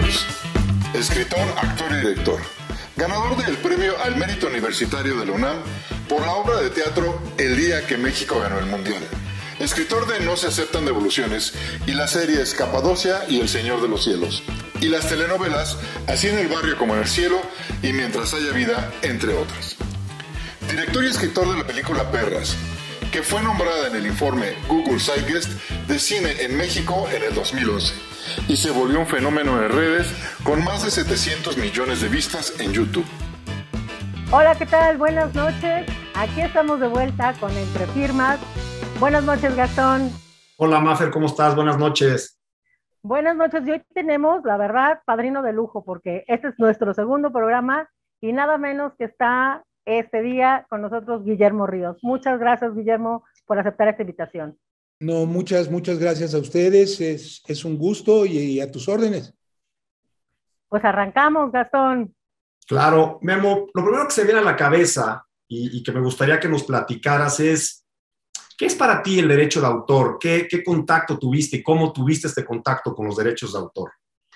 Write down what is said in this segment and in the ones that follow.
Ríos. Escritor, actor y director. Ganador del premio al mérito universitario de la UNAM por la obra de teatro El día que México ganó el Mundial. Escritor de No se aceptan devoluciones y las series Capadocia y El Señor de los Cielos. Y las telenovelas Así en el barrio como en el cielo y Mientras haya vida, entre otras. Director y escritor de la película Perras, que fue nombrada en el informe Google Zeitgeist de cine en México en el 2011 y se volvió un fenómeno en redes con más de 700 millones de vistas en YouTube. Hola, ¿qué tal? Buenas noches. Aquí estamos de vuelta con Entre Firmas. Buenas noches, Gastón. Hola, Mafer, ¿cómo estás? Buenas noches. Buenas noches. Y hoy tenemos, la verdad, padrino de lujo, porque este es nuestro segundo programa y nada menos que está este día con nosotros Guillermo Ríos. Muchas gracias, Guillermo, por aceptar esta invitación. No, muchas gracias a ustedes. Es un gusto y a tus órdenes. Pues arrancamos, Gastón. Claro, Memo, lo primero que se viene a la cabeza y que me gustaría que nos platicaras es, ¿qué es para ti el derecho de autor? ¿Qué contacto tuviste y cómo tuviste este contacto con los derechos de autor?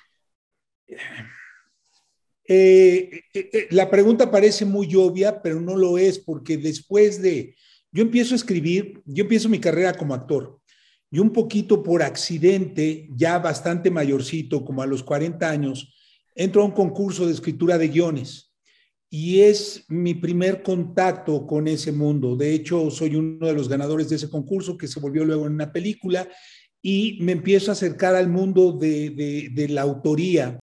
La pregunta parece muy obvia, pero no lo es, porque yo empiezo a escribir, yo empiezo mi carrera como actor, y un poquito por accidente, ya bastante mayorcito, como a los 40 años, entro a un concurso de escritura de guiones. Y es mi primer contacto con ese mundo. De hecho, soy uno de los ganadores de ese concurso que se volvió luego en una película y me empiezo a acercar al mundo de la autoría.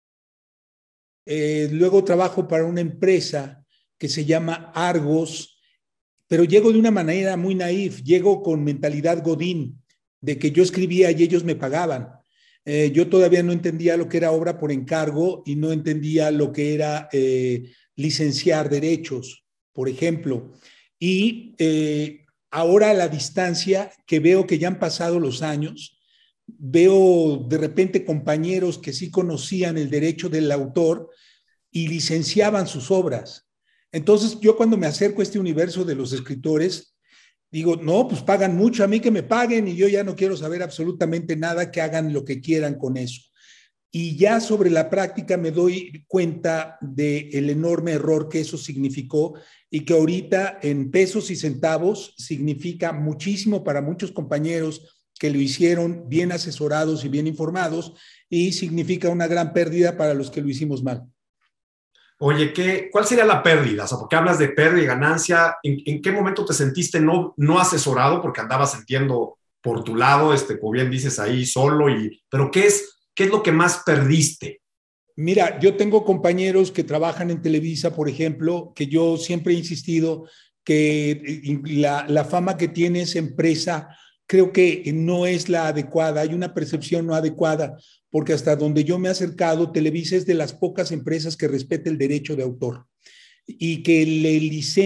Luego trabajo para una empresa que se llama Argos, pero llego de una manera muy naif, llego con mentalidad godín, de que yo escribía y ellos me pagaban. Yo todavía no entendía lo que era obra por encargo y no entendía lo que era licenciar derechos, por ejemplo. Y ahora a la distancia, que veo que ya han pasado los años, veo de repente compañeros que sí conocían el derecho del autor y licenciaban sus obras. Entonces, yo cuando me acerco a este universo de los escritores, digo, no, pues pagan mucho, a mí que me paguen y yo ya no quiero saber absolutamente nada, que hagan lo que quieran con eso. Y ya sobre la práctica me doy cuenta del enorme error que eso significó y que ahorita en pesos y centavos significa muchísimo para muchos compañeros que lo hicieron bien asesorados y bien informados, y significa una gran pérdida para los que lo hicimos mal. Oye, ¿cuál sería la pérdida? O sea, porque hablas de pérdida y ganancia. ¿En qué momento te sentiste no asesorado porque andabas entiendo por tu lado, como bien dices ahí, solo? Pero ¿qué es lo que más perdiste? Mira, yo tengo compañeros que trabajan en Televisa, por ejemplo, que yo siempre he insistido que la fama que tiene esa empresa creo que no es la adecuada, hay una percepción no adecuada, porque hasta donde yo me he acercado, Televisa es de las pocas empresas que respeta el derecho de autor y que le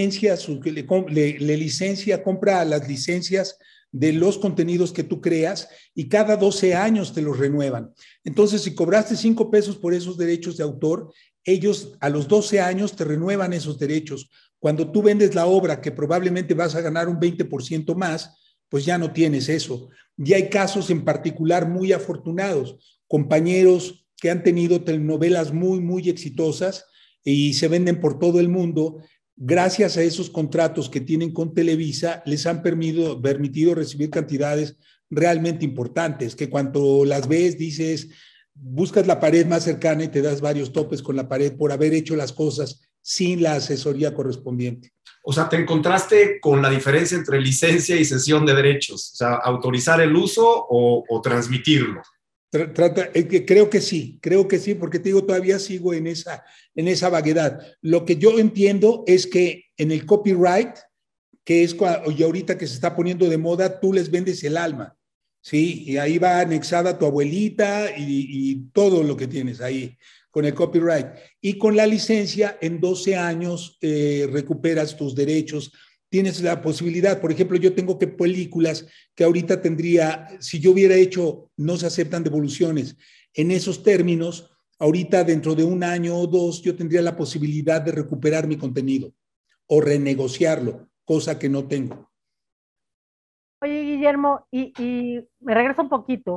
licencia, compra las licencias de los contenidos que tú creas y cada 12 años te los renuevan. Entonces, si cobraste 5 pesos por esos derechos de autor, ellos a los 12 años te renuevan esos derechos. Cuando tú vendes la obra, que probablemente vas a ganar un 20% más, pues ya no tienes eso. Y hay casos en particular muy afortunados, compañeros que han tenido telenovelas muy exitosas y se venden por todo el mundo. Gracias a esos contratos que tienen con Televisa, les han permitido recibir cantidades realmente importantes, que cuando las ves dices, buscas la pared más cercana y te das varios topes con la pared por haber hecho las cosas sin la asesoría correspondiente. O sea, ¿te encontraste con la diferencia entre licencia y cesión de derechos? O sea, ¿autorizar el uso o transmitirlo? Creo que sí, porque te digo, todavía sigo en esa vaguedad. Lo que yo entiendo es que en el copyright, que es y ahorita que se está poniendo de moda, tú les vendes el alma, ¿sí? Y ahí va anexada tu abuelita y todo lo que tienes ahí con el copyright. Y con la licencia, en 12 años recuperas tus derechos. Tienes la posibilidad, por ejemplo, yo tengo películas que ahorita tendría, si yo hubiera hecho No se aceptan devoluciones en esos términos, ahorita dentro de un año o dos yo tendría la posibilidad de recuperar mi contenido o renegociarlo, cosa que no tengo. Oye, Guillermo, y me regreso un poquito.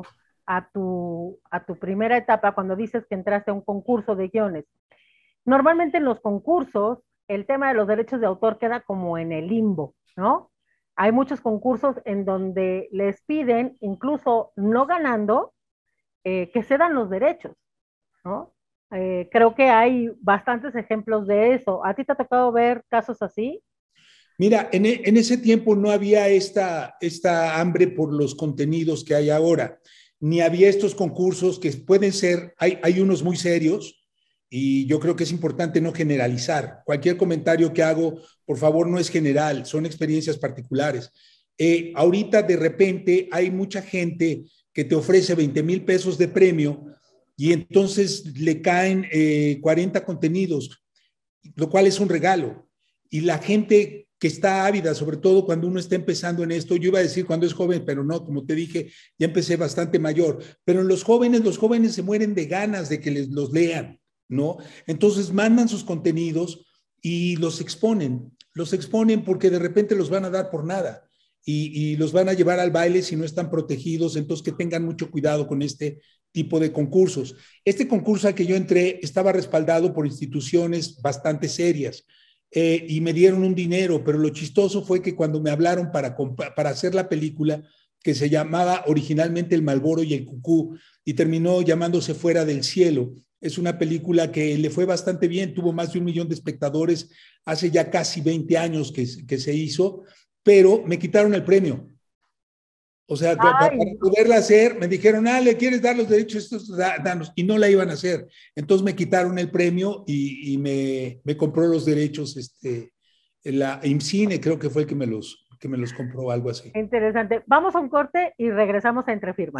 a tu primera etapa, cuando dices que entraste a un concurso de guiones. Normalmente en los concursos, el tema de los derechos de autor queda como en el limbo, ¿no? Hay muchos concursos en donde les piden, incluso no ganando, que cedan los derechos, ¿no? Creo que hay bastantes ejemplos de eso. ¿A ti te ha tocado ver casos así? Mira, en ese tiempo no había esta hambre por los contenidos que hay ahora, ni había estos concursos que pueden ser, hay unos muy serios y yo creo que es importante no generalizar. Cualquier comentario que hago, por favor, no es general, son experiencias particulares. Ahorita de repente hay mucha gente que te ofrece 20,000 pesos de premio y entonces le caen 40 contenidos, lo cual es un regalo. Y la gente que está ávida, sobre todo cuando uno está empezando en esto, yo iba a decir cuando es joven, pero no, como te dije, ya empecé bastante mayor, pero los jóvenes se mueren de ganas de que los lean, ¿no? Entonces mandan sus contenidos y los exponen porque de repente los van a dar por nada y los van a llevar al baile si no están protegidos, entonces que tengan mucho cuidado con este tipo de concursos. Este concurso al que yo entré estaba respaldado por instituciones bastante serias. Y me dieron un dinero, pero lo chistoso fue que cuando me hablaron para hacer la película, que se llamaba originalmente El Malboro y el Cucú, y terminó llamándose Fuera del Cielo, es una película que le fue bastante bien, tuvo más de 1 millón de espectadores, hace ya casi 20 años que se hizo, pero me quitaron el premio. O sea, para poderla hacer, me dijeron, ¿le quieres dar los derechos? Estos, danos. Y no la iban a hacer. Entonces me quitaron el premio y me compró los derechos, la IMCINE creo que fue el que me los compró, algo así. Interesante. Vamos a un corte y regresamos a Entre Firmas.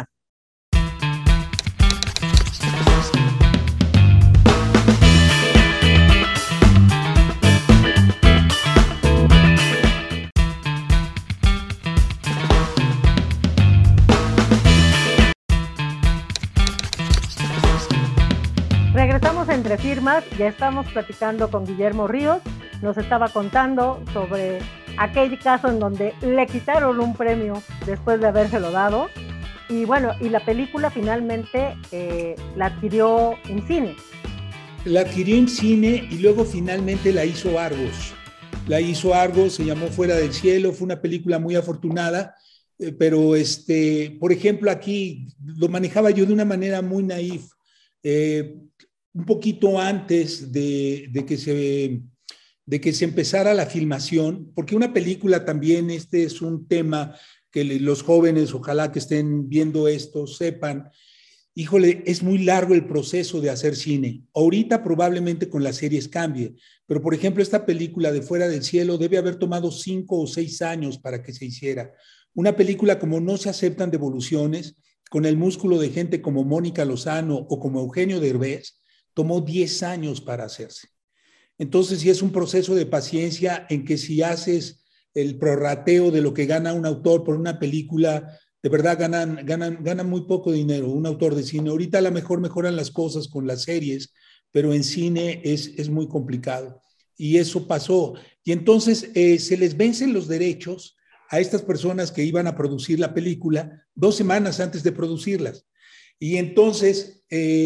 Regresamos a Entre Firmas, ya estamos platicando con Guillermo Ríos, nos estaba contando sobre aquel caso en donde le quitaron un premio después de habérselo dado, y bueno, y la película finalmente la adquirió en cine. La adquirió en cine y luego finalmente la hizo Argos. Se llamó Fuera del Cielo, fue una película muy afortunada, pero por ejemplo aquí lo manejaba yo de una manera muy naif. Un poquito antes de que se empezara la filmación, porque una película también, es un tema que los jóvenes, ojalá que estén viendo esto, sepan, híjole, es muy largo el proceso de hacer cine. Ahorita probablemente con las series cambie, pero por ejemplo esta película de Fuera del Cielo debe haber tomado 5 o 6 años para que se hiciera. Una película como No se aceptan devoluciones, con el músculo de gente como Mónica Lozano o como Eugenio Derbez, tomó 10 años para hacerse. Entonces, sí es un proceso de paciencia en que si haces el prorrateo de lo que gana un autor por una película, de verdad ganan muy poco dinero, un autor de cine. Ahorita a lo mejor mejoran las cosas con las series, pero en cine es muy complicado. Y eso pasó. Y entonces se les vencen los derechos a estas personas que iban a producir la película 2 semanas antes de producirlas. Y entonces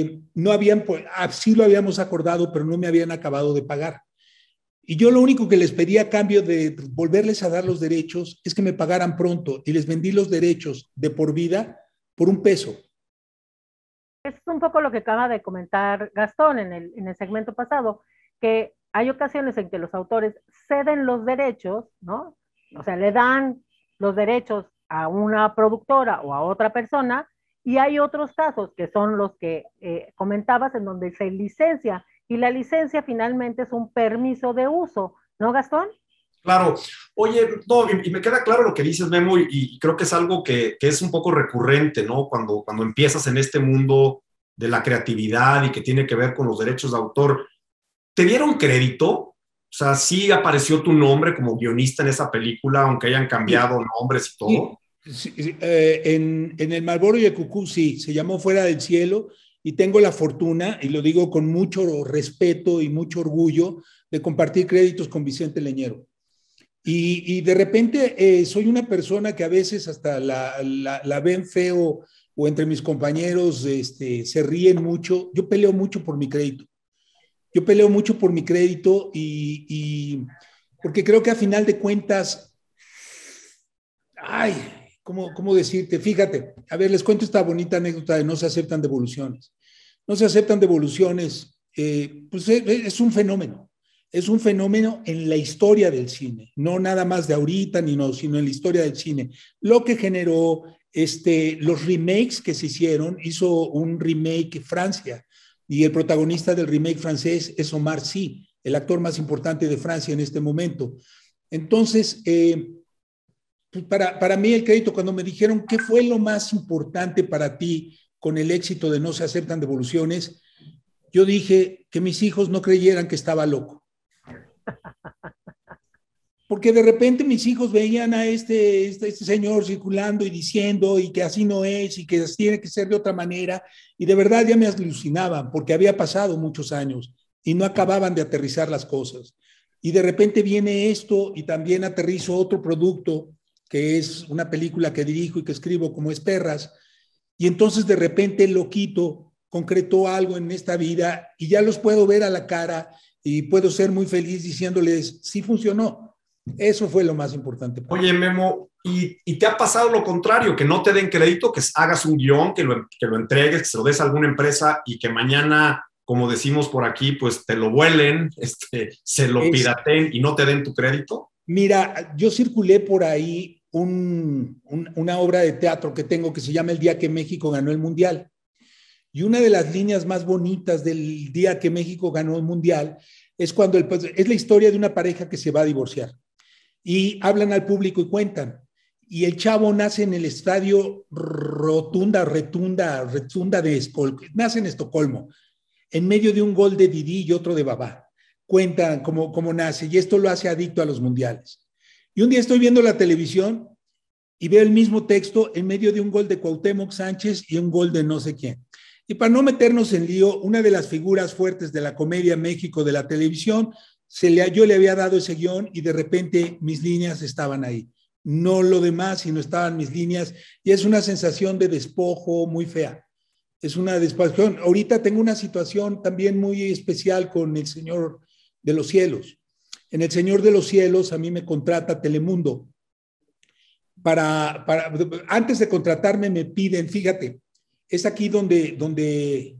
sí lo habíamos acordado, pero no me habían acabado de pagar. Y yo lo único que les pedí a cambio de volverles a dar los derechos es que me pagaran pronto, y les vendí los derechos de por vida por $1. Es un poco lo que acaba de comentar Gastón en el segmento pasado, que hay ocasiones en que los autores ceden los derechos, ¿no? O sea, le dan los derechos a una productora o a otra persona, y hay otros casos que son los que comentabas en donde se licencia, y la licencia finalmente es un permiso de uso, ¿no, Gastón? Claro. Oye, no, y me queda claro lo que dices, Memo, y creo que es algo que es un poco recurrente, ¿no? Cuando empiezas en este mundo de la creatividad y que tiene que ver con los derechos de autor. ¿Te dieron crédito? O sea, ¿sí apareció tu nombre como guionista en esa película, aunque hayan cambiado nombres y todo? Sí, en El Malboro y el Cucú, sí, se llamó Fuera del Cielo, y tengo la fortuna, y lo digo con mucho respeto y mucho orgullo, de compartir créditos con Vicente Leñero. Y de repente soy una persona que a veces hasta la ven feo o entre mis compañeros se ríen mucho. Yo peleo mucho por mi crédito. Yo peleo mucho por mi crédito y porque creo que a final de cuentas, ay, ¿cómo decirte? Fíjate, a ver, les cuento esta bonita anécdota de no se aceptan devoluciones. No se aceptan devoluciones, pues es un fenómeno. Es un fenómeno en la historia del cine, no nada más de ahorita, sino en la historia del cine. Lo que generó los remakes que se hicieron, hizo un remake Francia, y el protagonista del remake francés es Omar Sy, el actor más importante de Francia en este momento. Entonces, pues para mí el crédito, cuando me dijeron qué fue lo más importante para ti con el éxito de No se aceptan devoluciones, yo dije que mis hijos no creyeran que estaba loco. Porque de repente mis hijos veían a este señor circulando y diciendo y que así no es y que tiene que ser de otra manera, y de verdad ya me alucinaban porque había pasado muchos años y no acababan de aterrizar las cosas. Y de repente viene esto y también aterrizo otro producto que es una película que dirijo y que escribo como es Perras, y entonces de repente el loquito concretó algo en esta vida y ya los puedo ver a la cara y puedo ser muy feliz diciéndoles, sí funcionó. Eso fue lo más importante. Oye, Memo, ¿y te ha pasado lo contrario? Que no te den crédito, que hagas un guión, que lo entregues, que se lo des a alguna empresa y que mañana, como decimos por aquí, pues te lo vuelen, se lo pirateen y no te den tu crédito. Mira, yo circulé por ahí una obra de teatro que tengo que se llama El día que México ganó el Mundial. Y una de las líneas más bonitas del día que México ganó el Mundial es cuando es la historia de una pareja que se va a divorciar. Y hablan al público y cuentan. Y el chavo nace en el estadio Retunda nace en Estocolmo, en medio de un gol de Didi y otro de Babá. Cuentan cómo nace, y esto lo hace adicto a los mundiales. Y un día estoy viendo la televisión y veo el mismo texto en medio de un gol de Cuauhtémoc Sánchez y un gol de no sé quién. Y para no meternos en lío, una de las figuras fuertes de la comedia México de la televisión, yo le había dado ese guión y de repente mis líneas estaban ahí. No lo demás, sino estaban mis líneas. Y es una sensación de despojo muy fea. Es una despojo. Ahorita tengo una situación también muy especial con El Señor de los Cielos. En El Señor de los Cielos a mí me contrata Telemundo. Antes de contratarme me piden, fíjate, es aquí donde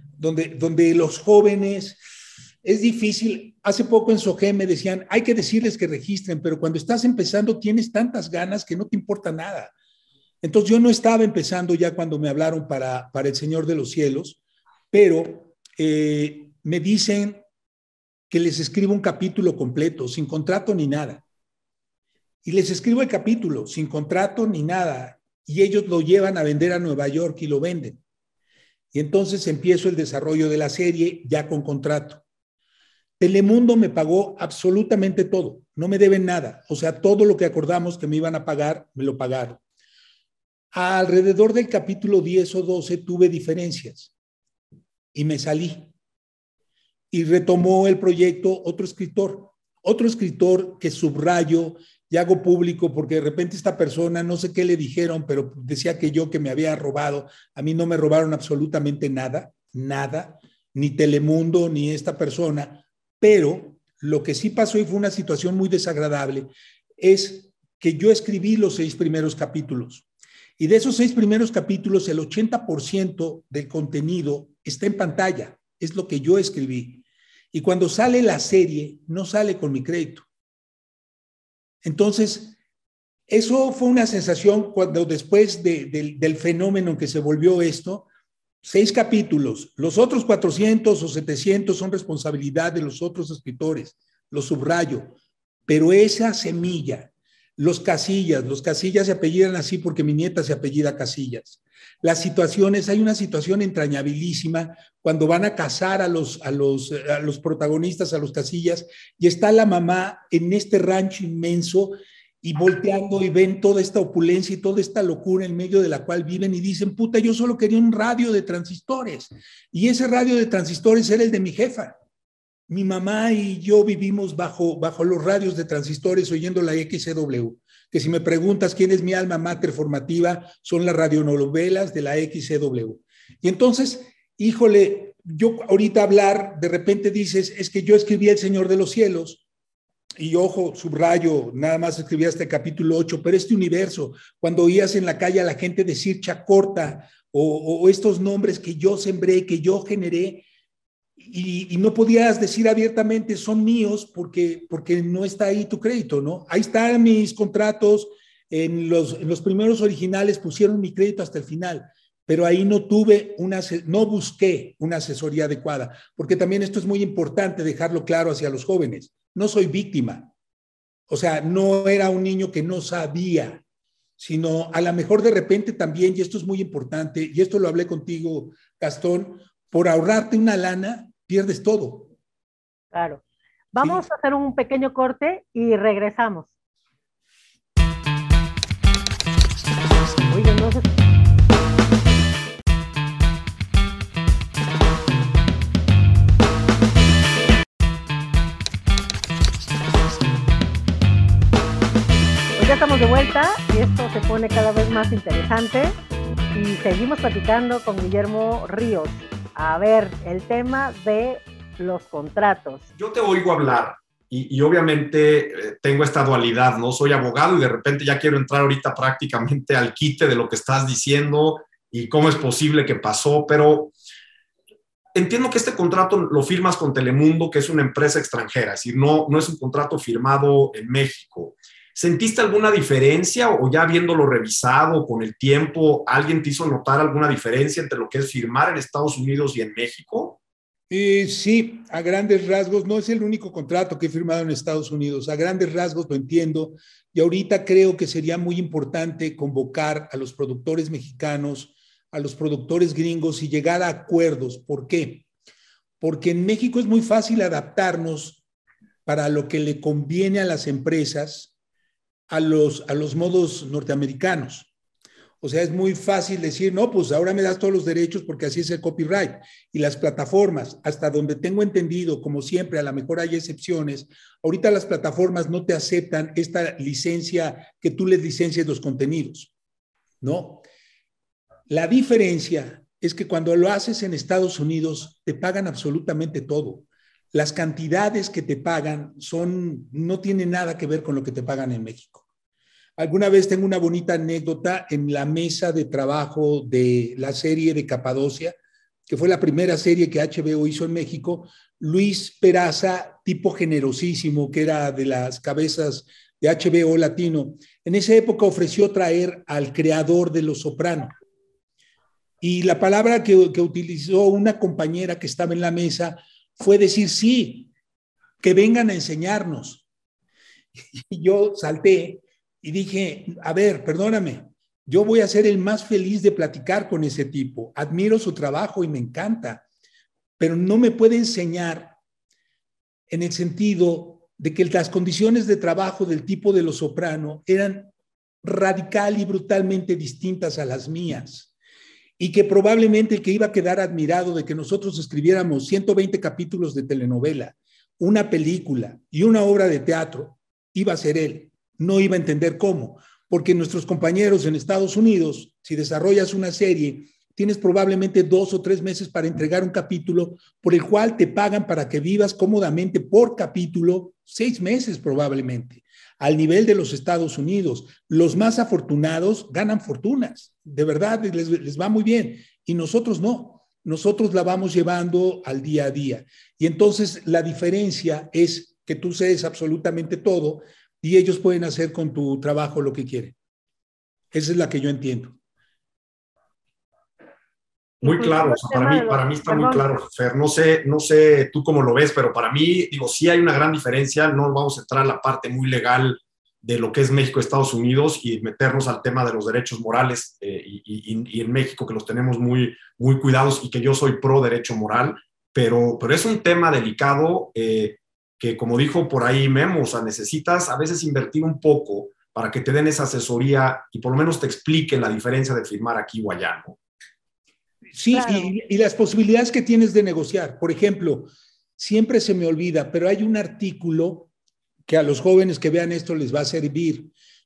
los jóvenes, es difícil. Hace poco en SOGEM me decían, hay que decirles que registren, pero cuando estás empezando tienes tantas ganas que no te importa nada. Entonces yo no estaba empezando ya cuando me hablaron para El Señor de los Cielos, pero me dicen que les escribo un capítulo completo, sin contrato ni nada. Y les escribo el capítulo, sin contrato ni nada, y ellos lo llevan a vender a Nueva York y lo venden. Y entonces empiezo el desarrollo de la serie ya con contrato. Telemundo me pagó absolutamente todo, no me deben nada. O sea, todo lo que acordamos que me iban a pagar, me lo pagaron. Alrededor del capítulo 10 o 12 tuve diferencias y me salí. Y retomó el proyecto otro escritor que subrayo y hago público porque de repente esta persona, no sé qué le dijeron, pero decía que me había robado. A mí no me robaron absolutamente nada, ni Telemundo, ni esta persona. Pero lo que sí pasó y fue una situación muy desagradable es que yo escribí los 6 primeros capítulos. Y de esos 6 primeros capítulos, el 80% del contenido está en pantalla. Es lo que yo escribí. Y cuando sale la serie, no sale con mi crédito. Entonces, eso fue una sensación cuando después del fenómeno en que se volvió esto, 6 capítulos, los otros 400 o 700 son responsabilidad de los otros escritores, lo subrayo, pero esa semilla, los Casillas se apellidan así porque mi nieta se apellida Casillas. Las situaciones, hay una situación entrañabilísima cuando van a casar a los protagonistas, a los Casillas, y está la mamá en este rancho inmenso y volteando y ven toda esta opulencia y toda esta locura en medio de la cual viven y dicen, puta, yo solo quería un radio de transistores. Y ese radio de transistores era el de mi jefa. Mi mamá y yo vivimos bajo los radios de transistores oyendo la XCW. que si me preguntas quién es mi alma mater formativa, son las radionovelas de la XCW. Y entonces, híjole, yo ahorita hablar, de repente dices, es que yo escribí El Señor de los Cielos, y ojo, subrayo, nada más escribí hasta el capítulo 8, pero este universo, cuando oías en la calle a la gente decir Chacorta, o estos nombres que yo sembré, que yo generé, y no podías decir abiertamente son míos porque no está ahí tu crédito, ¿no? Ahí están mis contratos, en los primeros originales pusieron mi crédito hasta el final, pero ahí no busqué una asesoría adecuada, porque también esto es muy importante dejarlo claro hacia los jóvenes. No soy víctima, o sea, no era un niño que no sabía, sino a lo mejor de repente también, y esto es muy importante, y esto lo hablé contigo, Gastón, por ahorrarte una lana, pierdes todo. Claro. Vamos a hacer un pequeño corte y regresamos. Oye, no sé. Pues ya estamos de vuelta y esto se pone cada vez más interesante y seguimos platicando con Guillermo Ríos. A ver, el tema de los contratos. Yo te oigo hablar y obviamente tengo esta dualidad, ¿no? Soy abogado y de repente ya quiero entrar ahorita prácticamente al quite de lo que estás diciendo y cómo es posible que pasó, pero entiendo que este contrato lo firmas con Telemundo, que es una empresa extranjera, es decir, no es un contrato firmado en México. ¿Sentiste alguna diferencia o ya habiéndolo revisado con el tiempo, alguien te hizo notar alguna diferencia entre lo que es firmar en Estados Unidos y en México? Sí, a grandes rasgos, no es el único contrato que he firmado en Estados Unidos, a grandes rasgos lo entiendo y ahorita creo que sería muy importante convocar a los productores mexicanos, a los productores gringos y llegar a acuerdos. ¿Por qué? Porque en México es muy fácil adaptarnos para lo que le conviene a las empresas, a los modos norteamericanos. O sea, es muy fácil decir, no, pues ahora me das todos los derechos porque así es el copyright. Y las plataformas, hasta donde tengo entendido, como siempre, a lo mejor hay excepciones, ahorita las plataformas no te aceptan esta licencia que tú les licencies los contenidos, ¿no? La diferencia es que cuando lo haces en Estados Unidos, te pagan absolutamente todo. Las cantidades que te pagan no tienen nada que ver con lo que te pagan en México. Alguna vez tengo una bonita anécdota en la mesa de trabajo de la serie de Capadocia, que fue la primera serie que HBO hizo en México. Luis Peraza, tipo generosísimo, que era de las cabezas de HBO Latino, en esa época ofreció traer al creador de Los Soprano. Y la palabra que utilizó una compañera que estaba en la mesa fue decir, sí, que vengan a enseñarnos. Y yo salté y dije, a ver, perdóname, yo voy a ser el más feliz de platicar con ese tipo. Admiro su trabajo y me encanta, pero no me puede enseñar en el sentido de que las condiciones de trabajo del tipo de Los Soprano eran radical y brutalmente distintas a las mías. Y que probablemente el que iba a quedar admirado de que nosotros escribiéramos 120 capítulos de telenovela, una película y una obra de teatro, iba a ser él. No iba a entender cómo, porque nuestros compañeros en Estados Unidos, si desarrollas una serie, tienes probablemente 2 o 3 meses para entregar un capítulo por el cual te pagan para que vivas cómodamente por capítulo 6 meses probablemente, al nivel de los Estados Unidos. Los más afortunados ganan fortunas, de verdad les va muy bien, y nosotros no. Nosotros la vamos llevando al día a día. Y entonces la diferencia es que tú cedes absolutamente todo y ellos pueden hacer con tu trabajo lo que quieren. Esa es la que yo entiendo. Muy claro, o sea, para mí está muy claro, Fer. No sé tú cómo lo ves, pero para mí, digo, sí hay una gran diferencia. No vamos a entrar a la parte muy legal de lo que es México, Estados Unidos y meternos al tema de los derechos morales y en México que los tenemos muy, muy cuidados y que yo soy pro derecho moral, pero es un tema delicado que, como dijo por ahí Memo, o sea, necesitas a veces invertir un poco para que te den esa asesoría y por lo menos te expliquen la diferencia de firmar aquí o allá, ¿no? Sí, claro. Y las posibilidades que tienes de negociar. Por ejemplo, siempre se me olvida, pero hay un artículo que a los jóvenes que vean esto les va a servir.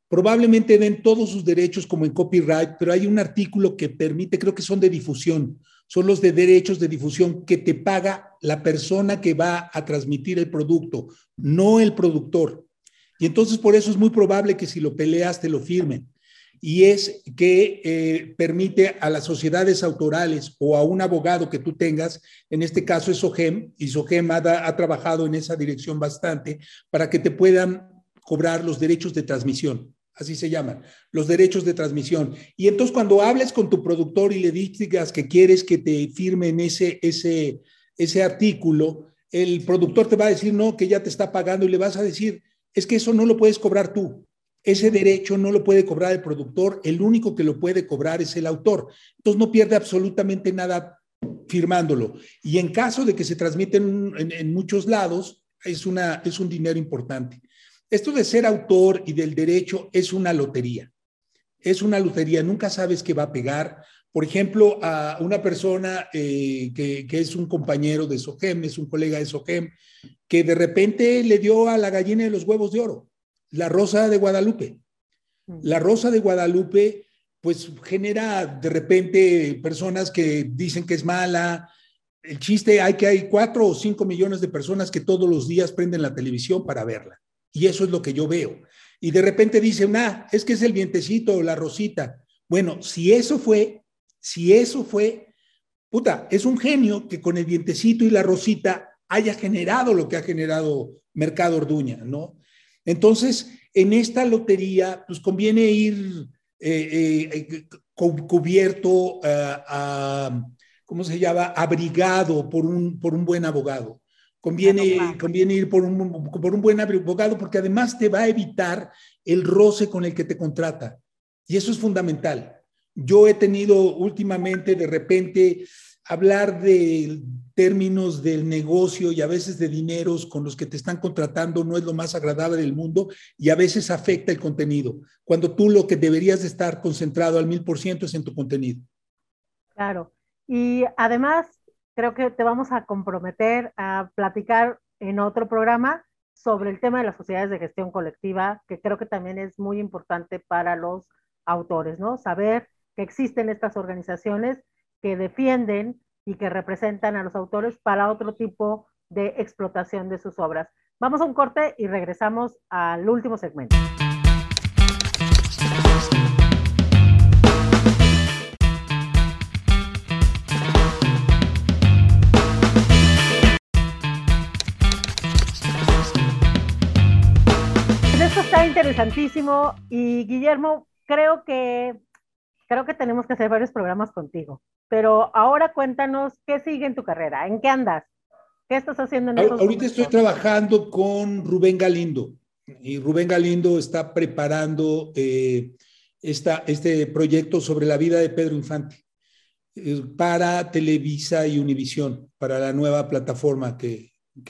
Probablemente den todos sus derechos como en copyright, pero hay un artículo que permite, creo que son de difusión, son los de derechos de difusión que te paga la persona que va a transmitir el producto, no el productor. Y entonces por eso es muy probable que si lo peleas te lo firmen. Y es que permite a las sociedades autorales o a un abogado que tú tengas, en este caso es SOGEM, y SOGEM ha trabajado en esa dirección bastante, para que te puedan cobrar los derechos de transmisión. Así se llaman, los derechos de transmisión. Y entonces cuando hables con tu productor y le digas que quieres que te firmen ese artículo, el productor te va a decir no, que ya te está pagando, y le vas a decir, es que eso no lo puedes cobrar tú. Ese derecho no lo puede cobrar el productor, el único que lo puede cobrar es el autor. Entonces no pierde absolutamente nada firmándolo. Y en caso de que se transmite en muchos lados, es un dinero importante. Esto de ser autor y del derecho es una lotería. Es una lotería, nunca sabes qué va a pegar. Por ejemplo, a una persona que es un compañero de SOGEM, es un colega de SOGEM, que de repente le dio a la gallina de los huevos de oro, la Rosa de Guadalupe. La Rosa de Guadalupe, pues genera de repente personas que dicen que es mala. El chiste que hay 4 o 5 millones de personas que todos los días prenden la televisión para verla. Y eso es lo que yo veo. Y de repente dicen, es que es el vientecito o la rosita. Bueno, si eso fue, puta, es un genio que con el vientecito y la rosita haya generado lo que ha generado Mercado Orduña, ¿no? Entonces, en esta lotería, pues conviene ir cubierto, ¿cómo se llama? Abrigado por un buen abogado. Conviene ir por un buen abogado, porque además te va a evitar el roce con el que te contrata. Y eso es fundamental. Yo he tenido últimamente, de repente, hablar de términos del negocio y a veces de dineros con los que te están contratando no es lo más agradable del mundo, y a veces afecta el contenido, cuando tú lo que deberías de estar concentrado al 1000% es en tu contenido. Claro. Y además, creo que te vamos a comprometer a platicar en otro programa sobre el tema de las sociedades de gestión colectiva, que creo que también es muy importante para los autores, ¿no? Saber que existen estas organizaciones que defienden y que representan a los autores para otro tipo de explotación de sus obras. Vamos a un corte y regresamos al último segmento. Esto está interesantísimo y Guillermo, creo que tenemos que hacer varios programas contigo, pero ahora cuéntanos qué sigue en tu carrera, ¿en qué andas? ¿Qué estás haciendo en estos Ahorita momentos? estoy trabajando con Rubén Galindo, y Rubén Galindo está preparando este proyecto sobre la vida de Pedro Infante para Televisa y Univisión, para la nueva plataforma que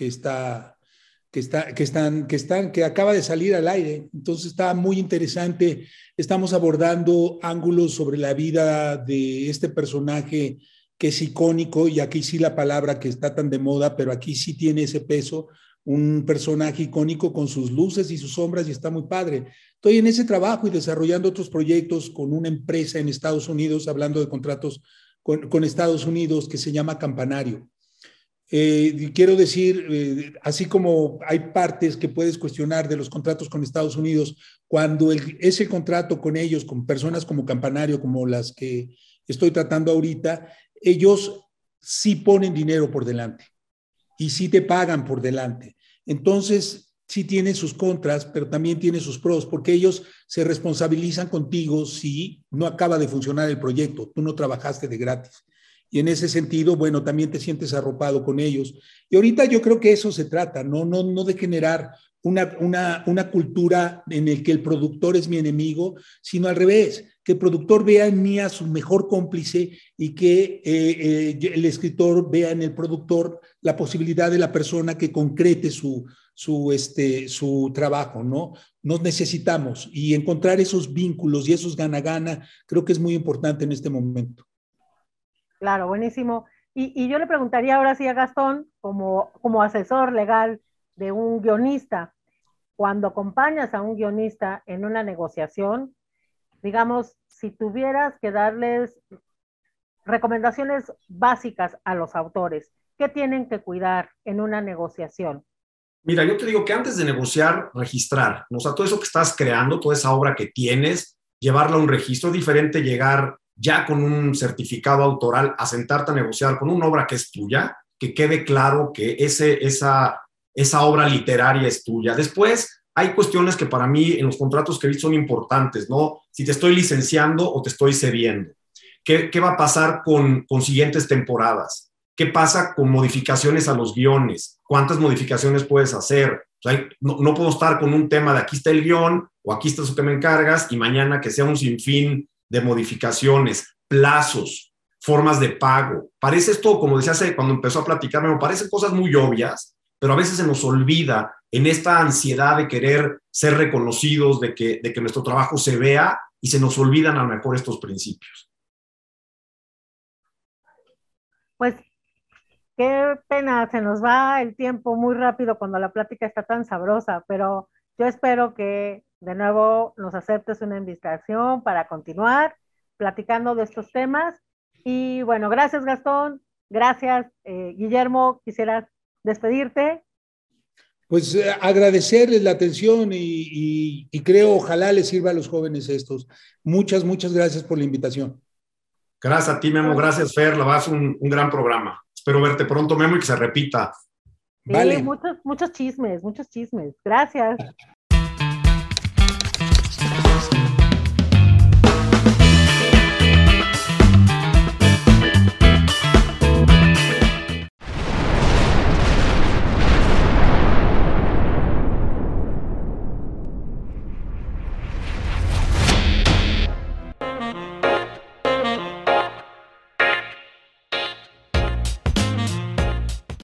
acaba de salir al aire. Entonces está muy interesante. Estamos abordando ángulos sobre la vida de este personaje que es icónico, y aquí sí la palabra que está tan de moda, pero aquí sí tiene ese peso, un personaje icónico con sus luces y sus sombras, y está muy padre. Estoy en ese trabajo y desarrollando otros proyectos con una empresa en Estados Unidos, hablando de contratos con Estados Unidos, que se llama Campanario. Quiero decir, así como hay partes que puedes cuestionar de los contratos con Estados Unidos, cuando ese contrato con ellos, con personas como Campanario, como las que estoy tratando ahorita, ellos sí ponen dinero por delante y sí te pagan por delante. Entonces, sí tiene sus contras, pero también tiene sus pros, porque ellos se responsabilizan contigo si no acaba de funcionar el proyecto, tú no trabajaste de gratis. Y en ese sentido, bueno, también te sientes arropado con ellos. Y ahorita yo creo que eso se trata, no de generar una cultura en el que el productor es mi enemigo, sino al revés, que el productor vea en mí a su mejor cómplice, y que el escritor vea en el productor la posibilidad de la persona que concrete su trabajo, ¿no? Nos necesitamos, y encontrar esos vínculos y esos gana-gana creo que es muy importante en este momento. Claro, buenísimo. Y yo le preguntaría ahora sí a Gastón, como asesor legal de un guionista, cuando acompañas a un guionista en una negociación, digamos, si tuvieras que darles recomendaciones básicas a los autores, ¿qué tienen que cuidar en una negociación? Mira, yo te digo que antes de negociar, registrar, ¿no? O sea, todo eso que estás creando, toda esa obra que tienes, llevarla a un registro. Es diferente llegar ya con un certificado autoral a sentarte a negociar con una obra que es tuya, que quede claro que esa obra literaria es tuya. Después, hay cuestiones que para mí en los contratos que vi son importantes, ¿no? Si te estoy licenciando o te estoy cediendo. ¿Qué va a pasar con siguientes temporadas? ¿Qué pasa con modificaciones a los guiones? ¿Cuántas modificaciones puedes hacer? O sea, no puedo estar con un tema de aquí está el guión o aquí está eso que me encargas y mañana que sea un sinfín de modificaciones, plazos, formas de pago. Parece esto, como decía cuando empezó a platicarme, me parecen cosas muy obvias, pero a veces se nos olvida en esta ansiedad de querer ser reconocidos, de que nuestro trabajo se vea y se nos olvidan a lo mejor estos principios. Pues qué pena, se nos va el tiempo muy rápido cuando la plática está tan sabrosa, pero yo espero que de nuevo nos aceptes una invitación para continuar platicando de estos temas. Y bueno, gracias Gastón, gracias Guillermo, ¿quisieras despedirte? Pues agradecerles la atención y creo, ojalá les sirva a los jóvenes estos. Muchas gracias por la invitación. Gracias a ti, Memo. Gracias, Fer. La vas un gran programa. Espero verte pronto, Memo, y que se repita. Sí, vale. Muchos chismes. Gracias.